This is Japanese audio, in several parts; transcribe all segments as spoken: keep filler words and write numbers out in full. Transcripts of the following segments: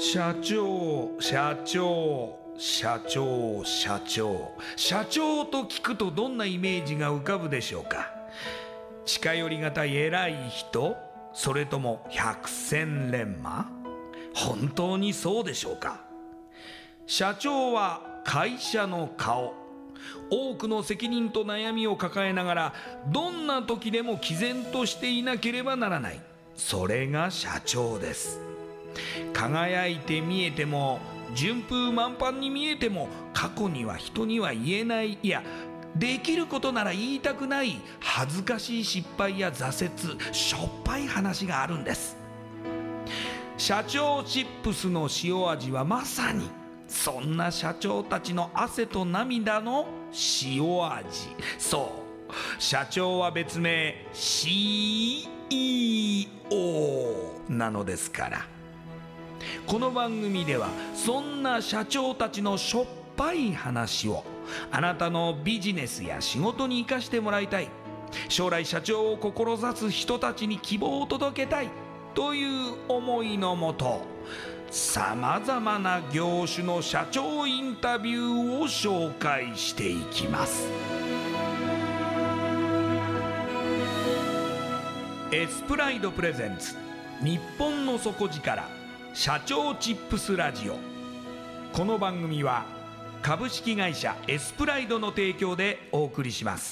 社長社長社長社長社長と聞くとどんなイメージが浮かぶでしょうか。近寄りがたい偉い人、それとも百戦錬磨。本当にそうでしょうか。社長は会社の顔。多くの責任と悩みを抱えながらどんな時でも毅然としていなければならない。それが社長です。輝いて見えても順風満帆に見えても、過去には人には言えない、いやできることなら言いたくない恥ずかしい失敗や挫折、しょっぱい話があるんです。社長チップスの塩味はまさにそんな社長たちの汗と涙の塩味。そう社長は別名 シーイーオー なのですから。この番組ではそんな社長たちのしょっぱい話をあなたのビジネスや仕事に生かしてもらいたい、将来社長を志す人たちに希望を届けたいという思いのもと、さまざまな業種の社長インタビューを紹介していきます。エスプライドプレゼンツ日本の底力社長チップスラジオ。この番組は株式会社エスプライドの提供でお送りします。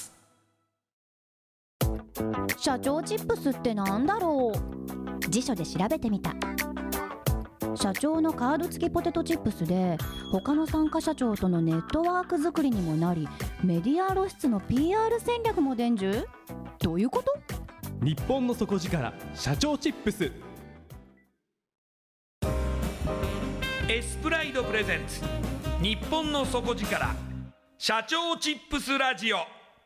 社長チップスってなんだろう。辞書で調べてみた。社長のカード付きポテトチップスで他の参加社長とのネットワーク作りにもなり、メディア露出の ピーアール 戦略も伝授。どういうこと？ 日本の底力社長チップス。 エスプライドプレゼンツ日本の底力社長チップスラジオ。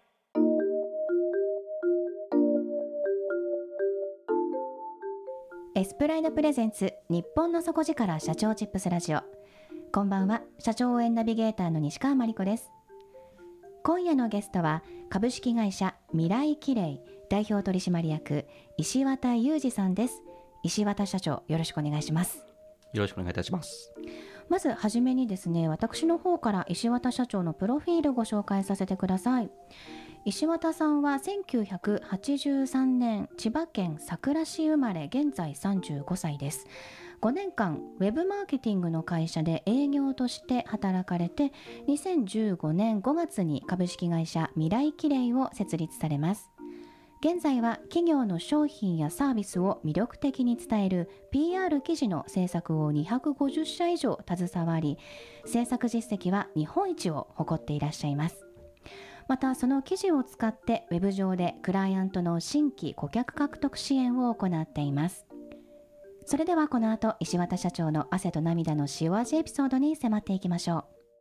エスプライドプレゼンツ日本の底力社長チップスラジオ。こんばんは、社長応援ナビゲーターの西川真理子です。今夜のゲストは株式会社未来キレイ代表取締役石渡裕二さんです。石渡社長、よろしくお願いします。 よろしくお願いいたします。 まずはじめにですね、私の方から石渡社長のプロフィールをご紹介させてください。石渡さんはせんきゅうひゃくはちじゅうさんねん千葉県佐倉市生まれ、現在さんじゅうごさいです。ごねんかんウェブマーケティングの会社で営業として働かれて、にせんじゅうごねんごがつに株式会社未来キレイを設立されます。現在は企業の商品やサービスを魅力的に伝える ピーアール 記事の制作をにひゃくごじゅっしゃ以上携わり、制作実績は日本一を誇っていらっしゃいます。またその記事を使ってウェブ上でクライアントの新規顧客獲得支援を行っています。それではこの後、石渡社長の汗と涙の塩味エピソードに迫っていきましょう。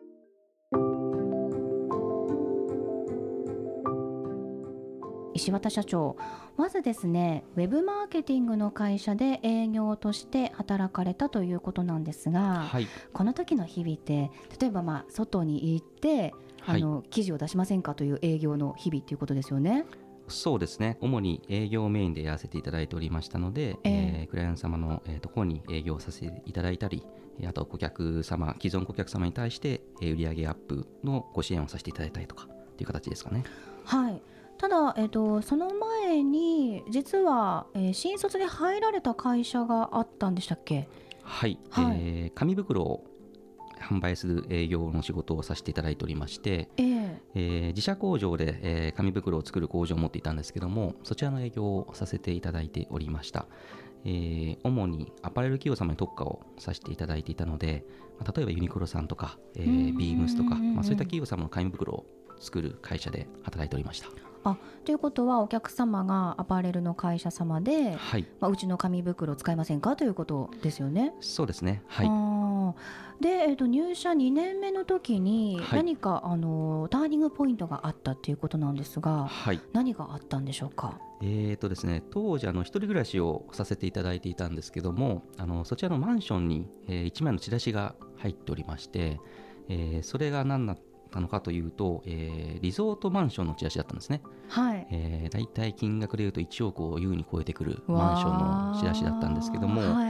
石渡社長、まずですね、ウェブマーケティングの会社で営業として働かれたということなんですが、はい、この時の日々って例えばまあ外に行ってあの、はい、記事を出しませんかという営業の日々ということですよね。 そうですね、主に営業メインでやらせていただいておりましたので、えーえー、クライアント様の、えー、ところに営業させていただいたり、あと顧客様既存顧客様に対して、えー、売上アップのご支援をさせていただいたりとかという形ですかね。 はい。ただ、えー、とその前に実は、えー、新卒で入られた会社があったんでしたっけ？ はい、はい、えー、紙袋を販売する営業の仕事をさせていただいておりまして、えーえー、自社工場で、えー、紙袋を作る工場を持っていたんですけども、そちらの営業をさせていただいておりました。えー、主にアパレル企業様に特化をさせていただいていたので、まあ、例えばユニクロさんとか、えー、ビームスとか、まあ、そういった企業様の紙袋を作る会社で働いておりました。 あ、ということはお客様がアパレルの会社様で、はい、まあ、うちの紙袋使いませんかということですよね。 そうですね、はい。 あで、えー、と入社にねんめの時に何か、はい、あのターニングポイントがあったということなんですが、はい、何があったんでしょうか？ えーとですね、当時あの一人暮らしをさせていただいていたんですけども、あのそちらのマンションに、えー、いちまいのチラシが入っておりまして、えー、それが何だったのかというと、えー、リゾートマンションのチラシだったんですね。はい、えー、だいたい金額でいうといちおくを優に超えてくるマンションのチラシだったんですけども、はい、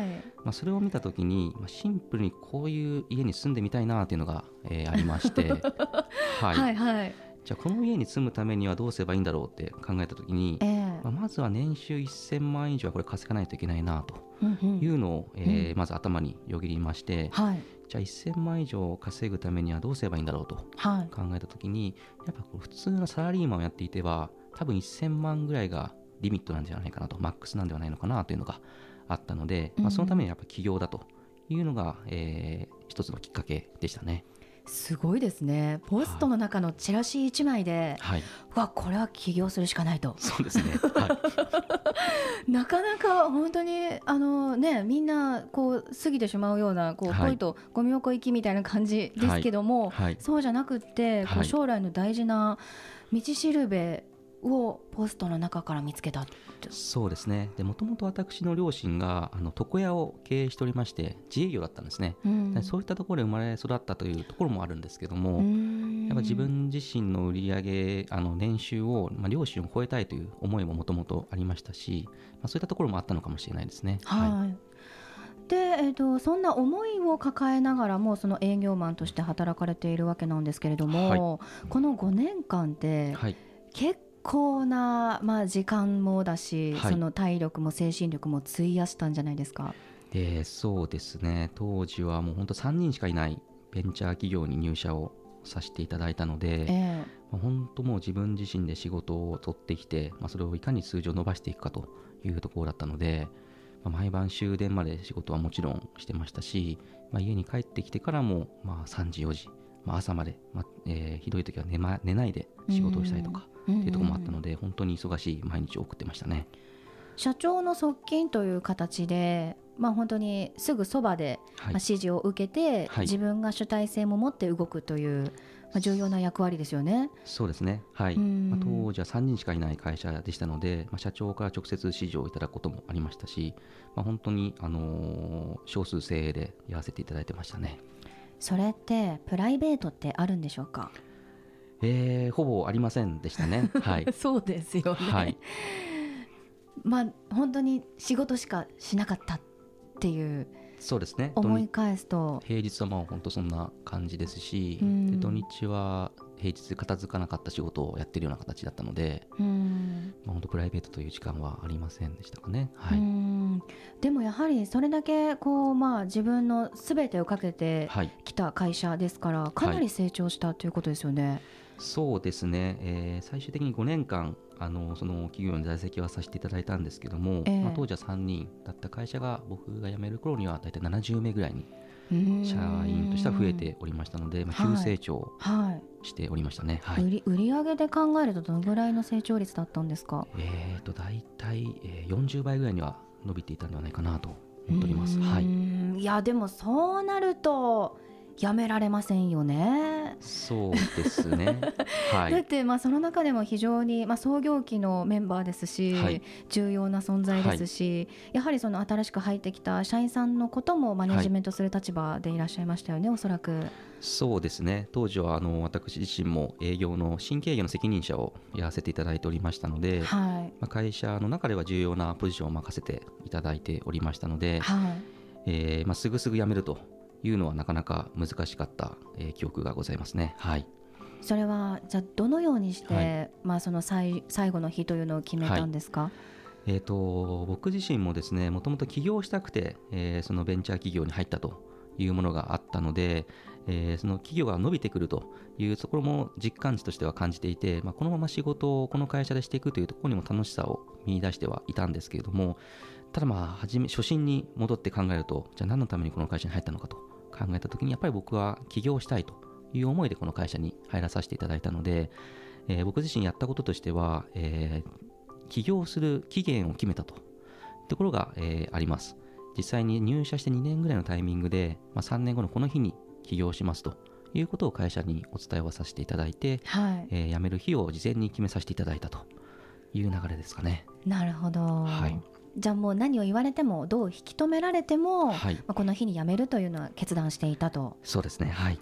まあ、それを見たときに、まあ、シンプルにこういう家に住んでみたいなっていうのが、えー、ありまして、はいはいはい、じゃあこの家に住むためにはどうすればいいんだろうって考えたときに、えーまあ、まずは年収せんまん以上はこれ稼がないといけないなというのを、うんうんえー、まず頭によぎりまして、はい、じゃあせんまん以上稼ぐためにはどうすればいいんだろうと考えたときに、やっぱこう普通のサラリーマンをやっていては多分せんまんぐらいがリミットなんじゃないかなと、マックスなんではないのかなというのがあったので、まあ、そのためにやっぱ起業だというのが、えー、一つのきっかけでしたね。 すごいですね。ポストの中のチラシいちまいで、はい、わこれは起業するしかないと。 そうですね、はい、 なかなか本当にあの、ね、みんなこう過ぎてしまうようなこう、はい、恋とゴミ箱行きみたいな感じですけども、はいはい、そうじゃなくって、こう将来の大事な道しるべをポストの中から見つけた。 そうですね。でもともと私の両親があの床屋を経営しておりまして自営業だったんですね、うん、そういったところで生まれ育ったというところもあるんですけども、やっぱ自分自身の売り上げあの年収を、まあ、両親を超えたいという思いももともとありましたし、まあ、そういったところもあったのかもしれないですね。 はい、はい、でえー、とそんな思いを抱えながらもその営業マンとして働かれているわけなんですけれども、はい、このごねんかんで、はい、結構結構な、まあ、時間もだし、はい、その体力も精神力も費やしたんじゃないですか。 えー、そうですね。当時はもう本当さんにんしかいないベンチャー企業に入社をさせていただいたので、えーまあ、本当もう自分自身で仕事を取ってきて、まあ、それをいかに数字を伸ばしていくかというところだったので、まあ、毎晩終電まで仕事はもちろんしてましたし、まあ、家に帰ってきてからもまあさんじよじ、まあ、朝まで、まあえー、ひどい時は 寝, ま、寝ないで仕事をしたりとかっていうところもあったので、本当に忙しい毎日を送ってましたね。 社長の側近という形で、まあ、本当にすぐそばで、はい、まあ、指示を受けて、はい、自分が主体性も持って動くという、まあ、重要な役割ですよね。 そうですね、はい、まあ、当時はさんにんしかいない会社でしたので、まあ、社長から直接指示をいただくこともありましたし、まあ、本当に、あのー、少数精鋭でやらせていただいてましたね。 それってプライベートってあるんでしょうか。 えー、ほぼありませんでしたね、はい、 そうですよね、はい、まあ本当に仕事しかしなかったっていうそうですね。 思い返すと平日はまあ本当そんな感じですし、うん、で土日は平日片付かなかった仕事をやってるような形だったので、うん、まあ、本当プライベートという時間はありませんでしたかね、はい、うん、 でもやはりそれだけこう、まあ、自分の全てをかけてきた会社ですから、はい、かなり成長したということですよね。はい、 そうですね、えー、最終的にごねんかんあのその企業の在籍はさせていただいたんですけども、えーまあ、当時はさんにんだった会社が僕が辞める頃には大体ななじゅうめいぐらいに社員としては増えておりましたので、まあ、急成長しておりましたね。 はいはい、売り売上で考えるとどのぐらいの成長率だったんですか。 えー、と大体よんじゅうばいぐらいには伸びていたんではないかなと思っております。はい、 いやでもそうなるとやめられませんよね。 そうですね、はい、 だってまあその中でも非常にまあ創業期のメンバーですし、はい、重要な存在ですし、はい、やはりその新しく入ってきた社員さんのこともマネジメントする立場でいらっしゃいましたよね、はい、おそらく。 そうですね。当時はあの私自身も営業の新規営業の責任者をやらせていただいておりましたので、はい、まあ、会社の中では重要なポジションを任せていただいておりましたので、はい、えーまあ、すぐすぐ辞めるというのはなかなか難しかった、えー、記憶がございますね。はい、 それはじゃあどのようにして、はい、まあ、その 最, 最後の日というのを決めたんですか。はい、 えー、と僕自身もですね、もともと起業したくて、えー、そのベンチャー企業に入ったというものがあったので、えー、その企業が伸びてくるというところも実感値としては感じていて、まあ、このまま仕事をこの会社でしていくというところにも楽しさを見出してはいたんですけれども、ただまあ初め初心に戻って考えると、じゃあ何のためにこの会社に入ったのかと考えたときに、やっぱり僕は起業したいという思いでこの会社に入らさせていただいたので、えー、僕自身やったこととしては、えー、起業する期限を決めたというところが、えー、あります。実際に入社してにねんぐらいのタイミングで、まあ、さんねんごのこの日に起業しますということを会社にお伝えをさせていただいて、はい、えー、辞める日を事前に決めさせていただいたという流れですかね。 なるほど、はい、じゃあもう何を言われてもどう引き止められても、はい、まあ、この日に辞めるというのは決断していたと。 そうですね、はい、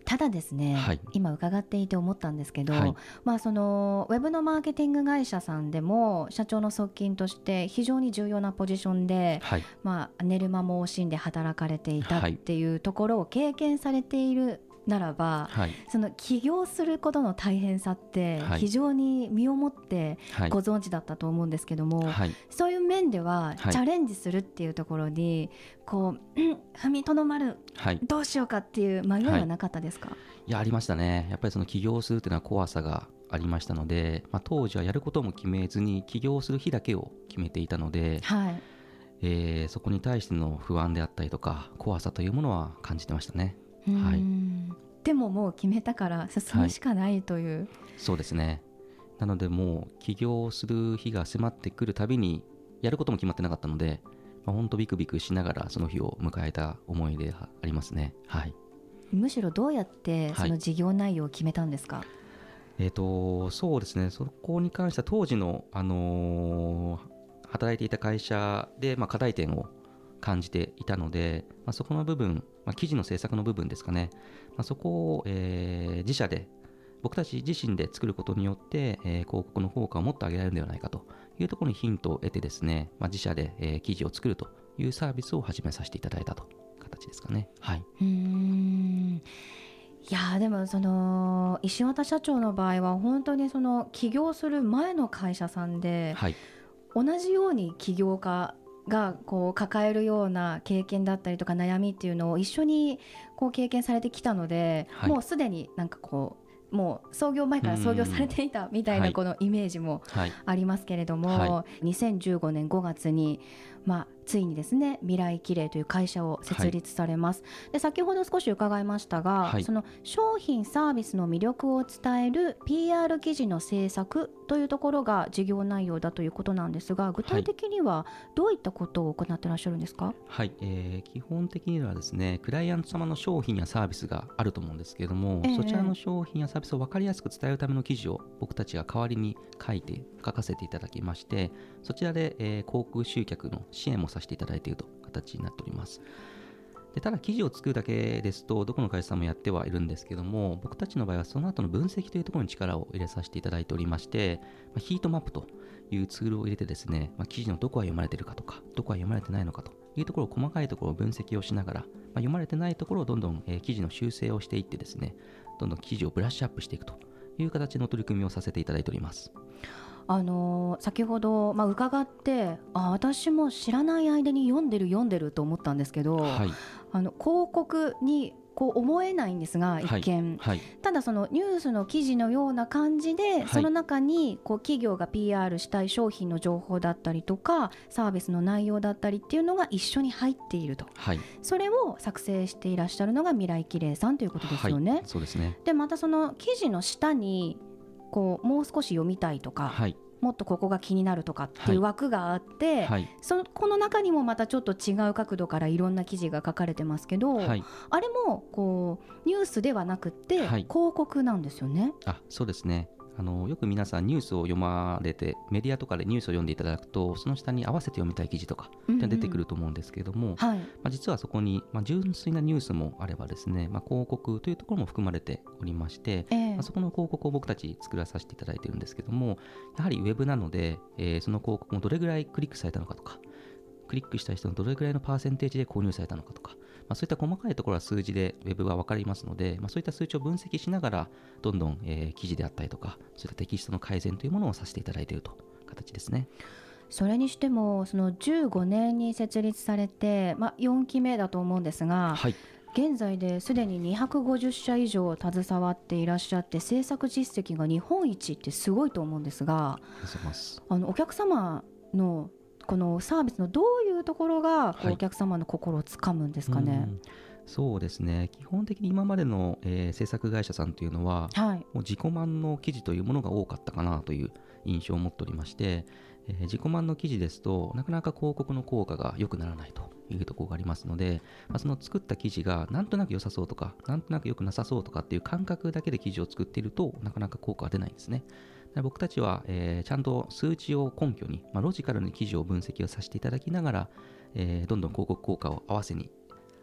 ただですね、はい、今伺っていて思ったんですけど、はい、まあ、そのウェブのマーケティング会社さんでも社長の側近として非常に重要なポジションで、はい、まあ、寝る間も惜しんで働かれていたっていうところを経験されているならば、はい、その起業することの大変さって非常に身をもってご存知だったと思うんですけども、はい、そういう面ではチャレンジするっていうところにこう、うん、踏みとどまる、はい、どうしようかっていう迷いはなかったですか？はい、 いや、ありましたね。やっぱりその起業するっていうのは怖さがありましたので、まあ、当時はやることも決めずに起業する日だけを決めていたので、はい、えー、そこに対しての不安であったりとか怖さというものは感じてましたね。はい、 でももう決めたから進むしかないという、はい、 そうですね。なのでもう起業する日が迫ってくるたびにやることも決まってなかったので、まあ、本当ビクビクしながらその日を迎えた思い出がありますね。はい、 むしろどうやってその事業内容を決めたんですか？はい、 えーと、そうですね。そこに関しては当時の、あのー、働いていた会社で、まあ、課題点を感じていたので、まあ、そこの部分、まあ、記事の制作の部分ですかね、まあ、そこを、えー、自社で僕たち自身で作ることによって、えー、広告の効果をもっと上げられるのではないかというところにヒントを得てですね、まあ、自社で、えー、記事を作るというサービスを始めさせていただいたという形ですかね。はい、 うーん、いやでもその石渡社長の場合は本当にその起業する前の会社さんで、はい、同じように起業家がこう抱えるような経験だったりとか悩みっていうのを一緒にこう経験されてきたので、はい、もうすでになんかこうもう創業前から創業されていたみたいなこのイメージもありますけれども、はいはい、にせんじゅうごねんごがつに、まあ、ついにですね未来キレイという会社を設立されます、はい、で先ほど少し伺いましたが、はい、その商品サービスの魅力を伝える ピーアール 記事の制作というところが事業内容だということなんですが、具体的にはどういったことを行ってらっしゃるんですか？ はい、えー、基本的にはですねクライアント様の商品やサービスがあると思うんですけれども、えー、そちらの商品やサービスを分かりやすく伝えるための記事を僕たちが代わりに書いて書かせていただきまして、そちらで、えー、広告集客の支援もさせていただいているという形になっております。でただ記事を作るだけですとどこの会社さんもやってはいるんですけども、僕たちの場合はその後の分析というところに力を入れさせていただいておりまして、まあ、ヒートマップというツールを入れてですね、まあ、記事のどこが読まれているかとかどこが読まれてないのかというところを細かいところを分析をしながら、まあ、読まれてないところをどんどん、えー、記事の修正をしていってですね、どんどん記事をブラッシュアップしていくという形の取り組みをさせていただいております。 あのー、先ほど、まあ、伺ってあ私も知らない間に読んでる読んでると思ったんですけど、はい、あの広告にこう思えないんですが一見、はいはい、ただそのニュースの記事のような感じで、はい、その中にこう企業が ピーアール したい商品の情報だったりとかサービスの内容だったりっていうのが一緒に入っていると、はい、それを作成していらっしゃるのが未来キレイさんということですよね。 はい、そうですね。 でまたその記事の下にこうもう少し読みたいとか、はい、もっとここが気になるとかっていう枠があって、はい、そこの中にもまたちょっと違う角度からいろんな記事が書かれてますけど、はい、あれもこうニュースではなくって、はい、広告なんですよね。 あ、そうですね。あのよく皆さんニュースを読まれてメディアとかでニュースを読んでいただくとその下に合わせて読みたい記事とかって出てくると思うんですけれども、うんうんはいまあ、実はそこに、まあ、純粋なニュースもあればですね、まあ、広告というところも含まれておりまして、えーまあ、そこの広告を僕たち作らさせていただいているんですけども、やはりウェブなので、えー、その広告もどれぐらいクリックされたのかとかクリックした人のどれぐらいのパーセンテージで購入されたのかとか、まあ、そういった細かいところは数字でウェブは分かりますので、まあ、そういった数値を分析しながらどんどん、えー、記事であったりとかそういったテキストの改善というものをさせていただいているという形ですね。 それにしてもそのじゅうごねんに設立されて、まあ、よんきめだと思うんですが、はい、現在ですでににひゃくごじゅっしゃ以上携わっていらっしゃって制作実績が日本一ってすごいと思うんですが、 ありがとうございます。 あのお客様のこのサービスのどういうところがこうお客様の心をつかむんですかね。はい、うんそうですね。基本的に今までの、えー、制作会社さんというのは、はい、もう自己満の記事というものが多かったかなという印象を持っておりまして、えー、自己満の記事ですとなかなか広告の効果が良くならないというところがありますので、まあ、その作った記事がなんとなく良さそうとかなんとなく良くなさそうとかっていう感覚だけで記事を作っているとなかなか効果が出ないんですね。僕たちは、えー、ちゃんと数値を根拠に、まあ、ロジカルに記事を分析をさせていただきながら、えー、どんどん広告効果を合わせに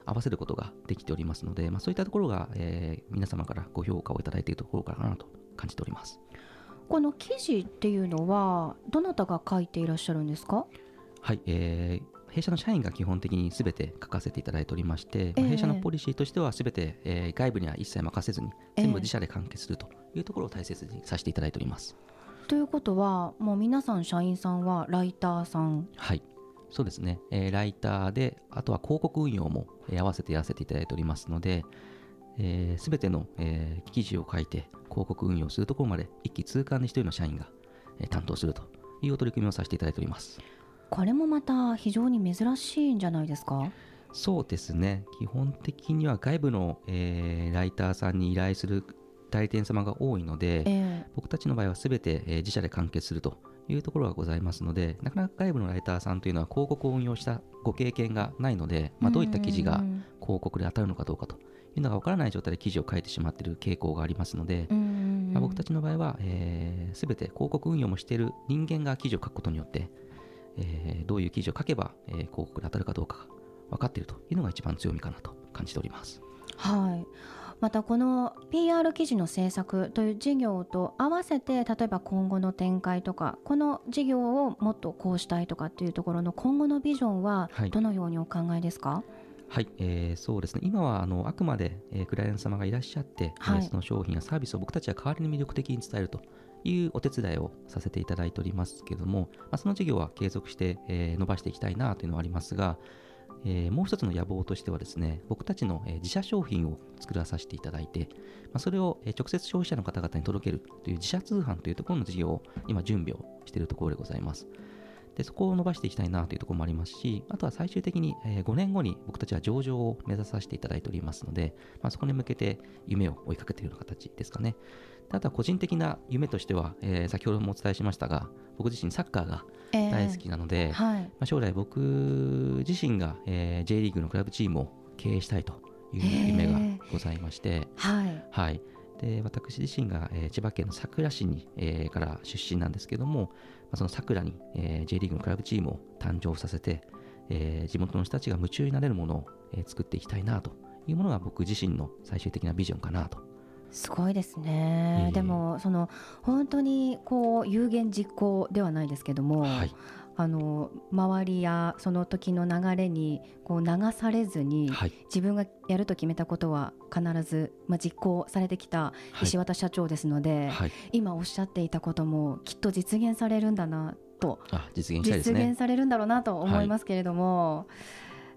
合わせることができておりますので、まあ、そういったところが、えー、皆様からご評価をいただいているところかなと感じております。 この記事っていうのはどなたが書いていらっしゃるんですか？ はい、えー弊社の社員が基本的にすべて書かせていただいておりまして、えー、弊社のポリシーとしてはすべて、えー、外部には一切任せずに全部自社で完結するというところを大切にさせていただいております。 ということはもう皆さん社員さんはライターさん？ はい、そうですね、えー、ライターであとは広告運用も、えー、合わせてやらせていただいておりますので、すべ、えー、ての、えー、記事を書いて広告運用するところまで一気通貫に一人の社員が、えー、担当するというお取り組みをさせていただいております。 これもまた非常に珍しいんじゃないですか？ そうですね、基本的には外部の、えー、ライターさんに依頼する代理店様が多いので、えー、僕たちの場合はすべて、えー、自社で完結するというところがございますので、なかなか外部のライターさんというのは広告を運用したご経験がないので、まあ、どういった記事が広告で当たるのかどうかというのが分からない状態で記事を書いてしまっている傾向がありますので、まあ、僕たちの場合は、えー、すべて広告運用もしている人間が記事を書くことによってえー、どういう記事を書けば、えー、広告で当たるかどうかが分かっているというのが一番強みかなと感じております。 はい、またこの ピーアール 記事の制作という事業と合わせて、例えば今後の展開とかこの事業をもっとこうしたいとかっていうところの今後のビジョンはどのようにお考えですか？ はい、えー、そうですね、今はあのあくまで、えー、クライアント様がいらっしゃって、はい、その商品やサービスを僕たちは代わりに魅力的に伝えるというお手伝いをさせていただいておりますけれども、まあ、その事業は継続して、えー、伸ばしていきたいなというのはありますが、えー、もう一つの野望としてはですね、僕たちの、えー、自社商品を作らさせていただいて、まあ、それを、えー、直接消費者の方々に届けるという自社通販というところの事業を今準備をしているところでございます。でそこを伸ばしていきたいなというところもありますし、あとは最終的に、えー、ごねんごに僕たちは上場を目指させていただいておりますので、まあ、そこに向けて夢を追いかけているような形ですかね。あとは個人的な夢としては、えー、先ほどもお伝えしましたが、僕自身サッカーが大好きなので、えーはいまあ、将来僕自身が、えー、J リーグのクラブチームを経営したいという夢がございまして、えーはいはい、で私自身が、えー、千葉県の佐倉市に、えー、から出身なんですけども、まあ、その佐倉に、えー、J リーグのクラブチームを誕生させて、えー、地元の人たちが夢中になれるものを、えー、作っていきたいなというものが僕自身の最終的なビジョンかなと。 すごいですね、えー、でもその本当にこう有言実行ではないですけども、はい、あの周りやその時の流れにこう流されずに、はい、自分がやると決めたことは必ず、まあ、実行されてきた石渡社長ですので、はい、今おっしゃっていたこともきっと実現されるんだなと、 あ、実現したいですね。 実現されるんだろうなと思いますけれども、はい、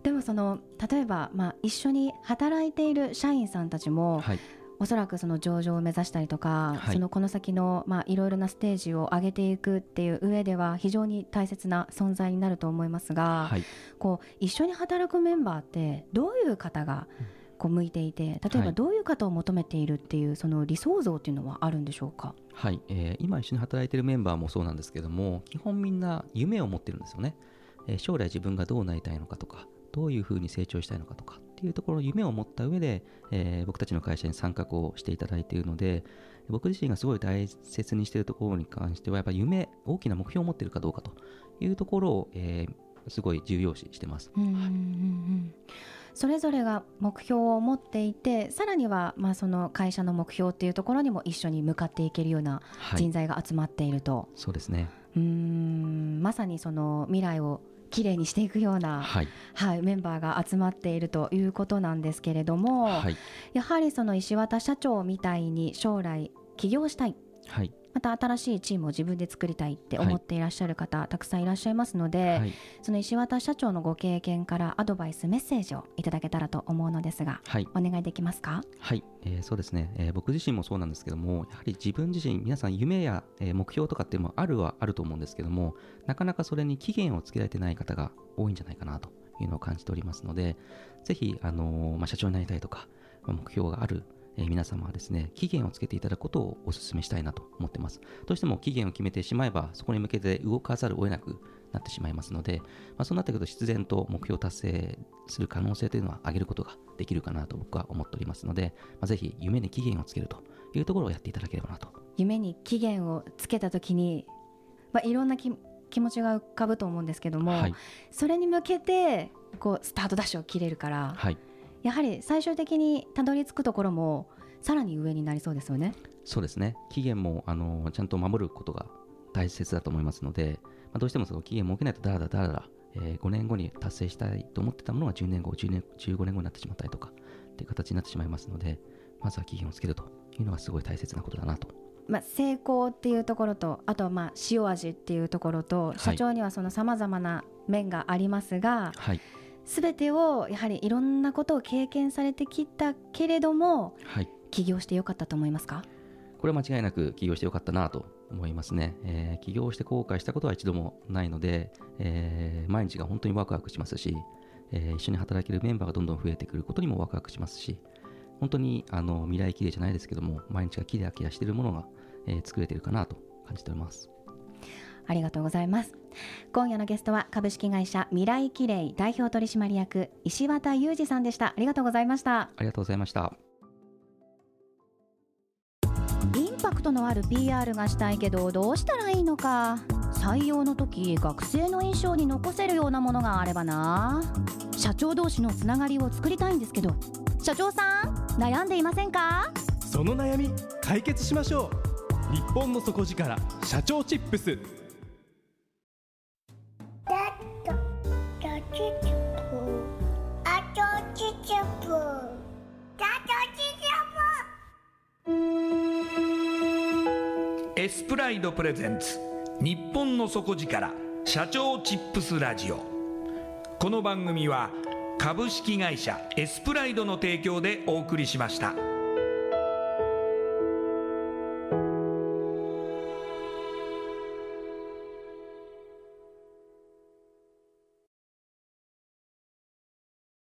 でもその例えば、まあ、一緒に働いている社員さんたちも、はい、おそらくその上場を目指したりとか、はい、そのこの先のまあいろいろなステージを上げていくっていう上では非常に大切な存在になると思いますが、はい、こう一緒に働くメンバーってどういう方がこう向いていて、例えばどういう方を求めているっていうその理想像っていうのはあるんでしょうか？ はい、えー、今一緒に働いているメンバーもそうなんですけども、基本みんな夢を持ってるんですよね。えー、将来自分がどうなりたいのかとか、どういうふうに成長したいのかとかっていうところの夢を持った上で、えー、僕たちの会社に参画をしていただいているので、僕自身がすごい大切にしているところに関してはやっぱり夢、大きな目標を持っているかどうかというところを、えー、すごい重要視してます。うんうんうん、はい、 それぞれが目標を持っていて、さらにはまあその会社の目標っていうところにも一緒に向かっていけるような人材が集まっていると、はい、 そうですね。 うーん、まさにその未来をきれいにしていくような、はいはい、メンバーが集まっているということなんですけれども、はい、やはりその石渡社長みたいに将来起業したい、はい、また新しいチームを自分で作りたいって思っていらっしゃる方、はい、たくさんいらっしゃいますので、はい、その石渡社長のご経験からアドバイスメッセージをいただけたらと思うのですが、はい、お願いできますか？ はい、えー、そうですね、えー、僕自身もそうなんですけども、やはり自分自身皆さん夢や、えー、目標とかっていうのもあるはあると思うんですけども、なかなかそれに期限をつけられてない方が多いんじゃないかなというのを感じておりますので、ぜひ、あのーまあ、社長になりたいとか、まあ、目標があるえー、皆様はですね、期限をつけていただくことをお勧めしたいなと思っています。どうしても期限を決めてしまえば、そこに向けて動かざるを得なくなってしまいますので、まあ、そうなってくると必然と目標達成する可能性というのは上げることができるかなと僕は思っておりますので、まあ、ぜひ夢に期限をつけるというところをやっていただければなと。 夢に期限をつけたときに、まあ、いろんなき気持ちが浮かぶと思うんですけども、はい、それに向けてこうスタートダッシュを切れるから、はい、 やはり最終的にたどり着くところもさらに上になりそうですよね。 そうですね。期限もあのちゃんと守ることが大切だと思いますので、まあ、どうしてもその期限を設けないとだらだらだらだら、えー、ごねんごに達成したいと思ってたものはじゅうねんご、じゅうねん、じゅうごねんごになってしまったりとかっていう形になってしまいますので、まずは期限をつけるというのがすごい大切なことだなと。 まあ、成功っていうところと、あとはまあ塩味っていうところと、社長にはそのさまざまな面がありますが、はい、全てをやはりいろんなことを経験されてきたけれども、はい、起業してよかったと思いますか？ これは間違いなく起業してよかったなと思いますね。えー、起業して後悔したことは一度もないので、えー、毎日が本当にワクワクしますし、えー、一緒に働けるメンバーがどんどん増えてくることにもワクワクしますし、本当にあの未来きれいじゃないですけども、毎日がキラキラしているものが、えー、作れているかなと感じております。 ありがとうございます。今夜のゲストは株式会社未来きれい代表取締役石渡裕二さんでした。ありがとうございました。 ありがとうございました。 インパクトのある ピーアール がしたいけどどうしたらいいのか。採用の時学生の印象に残せるようなものがあればな。社長同士のつながりを作りたいんですけど、社長さん悩んでいませんか？ その悩み解決しましょう。日本の底力社長チップス。 エスプライドプレゼンツ日本の底力社長チップスラジオ。この番組は株式会社エスプライドの提供でお送りしました。